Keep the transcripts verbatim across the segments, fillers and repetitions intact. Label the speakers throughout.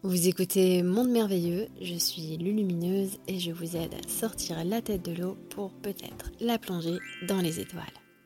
Speaker 1: Vous écoutez Monde Merveilleux, je suis Lulumineuse et je vous aide à sortir la tête de l'eau pour peut-être la plonger dans les étoiles.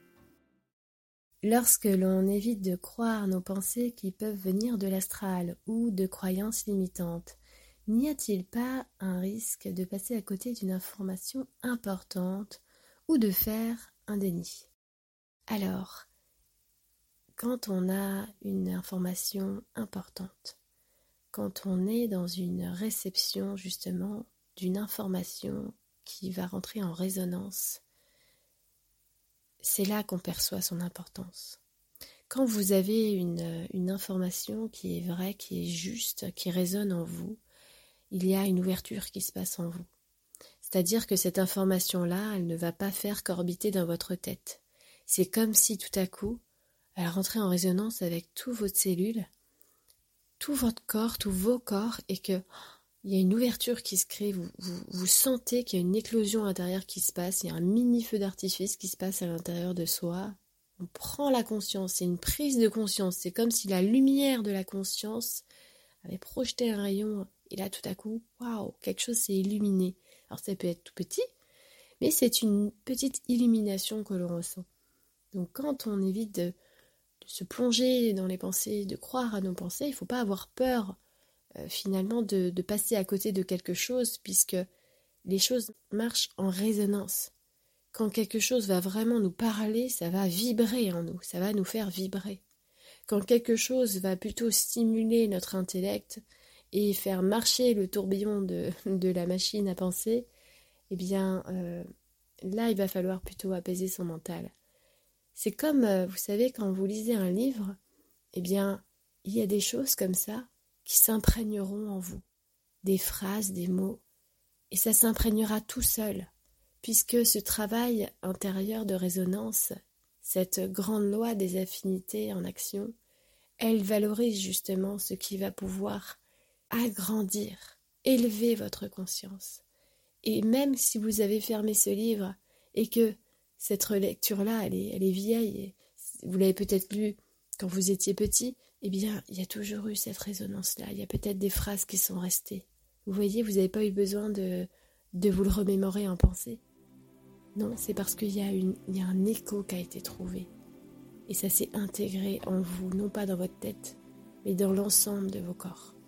Speaker 1: Lorsque l'on évite de croire nos pensées qui peuvent venir de l'astral ou de croyances limitantes, n'y a-t-il pas un risque de passer à côté d'une information importante ou de faire un déni? Alors, quand on a une information importante, quand on est dans une réception justement d'une information qui va rentrer en résonance, c'est là qu'on perçoit son importance. Quand vous avez une, une information qui est vraie, qui est juste, qui résonne en vous, il y a une ouverture qui se passe en vous. C'est-à-dire que cette information-là, elle ne va pas faire qu'orbiter dans votre tête. C'est comme si tout à coup, elle rentrait en résonance avec toutes vos cellules, tout votre corps, tous vos corps, et que il y a une ouverture qui se crée, vous, vous, vous sentez qu'il y a une éclosion intérieure qui se passe, il y a un mini feu d'artifice qui se passe à l'intérieur de soi. On prend la conscience, c'est une prise de conscience, c'est comme si la lumière de la conscience avait projeté un rayon, et là tout à coup, waouh, quelque chose s'est illuminé. Alors ça peut être tout petit, mais c'est une petite illumination que l'on ressent. Donc quand on évite de, de se plonger dans les pensées, de croire à nos pensées, il ne faut pas avoir peur Euh, finalement de, de passer à côté de quelque chose, puisque les choses marchent en résonance. Quand quelque chose va vraiment nous parler, ça va vibrer en nous, ça va nous faire vibrer. Quand quelque chose va plutôt stimuler notre intellect et faire marcher le tourbillon de, de la machine à penser, eh bien euh, là il va falloir plutôt apaiser son mental. C'est comme, euh, vous savez, quand vous lisez un livre, eh bien il y a des choses comme ça qui s'imprégneront en vous, des phrases, des mots, et ça s'imprégnera tout seul, puisque ce travail intérieur de résonance, cette grande loi des affinités en action, elle valorise justement ce qui va pouvoir agrandir, élever votre conscience. Et même si vous avez fermé ce livre et que cette relecture-là, elle est, elle est vieille, et vous l'avez peut-être lu quand vous étiez petit, eh bien, il y a toujours eu cette résonance-là. Il y a peut-être des phrases qui sont restées. Vous voyez, vous n'avez pas eu besoin de, de vous le remémorer en pensée. Non, c'est parce qu'il y a une, il y a un écho qui a été trouvé. Et ça s'est intégré en vous, non pas dans votre tête, mais dans l'ensemble de vos corps.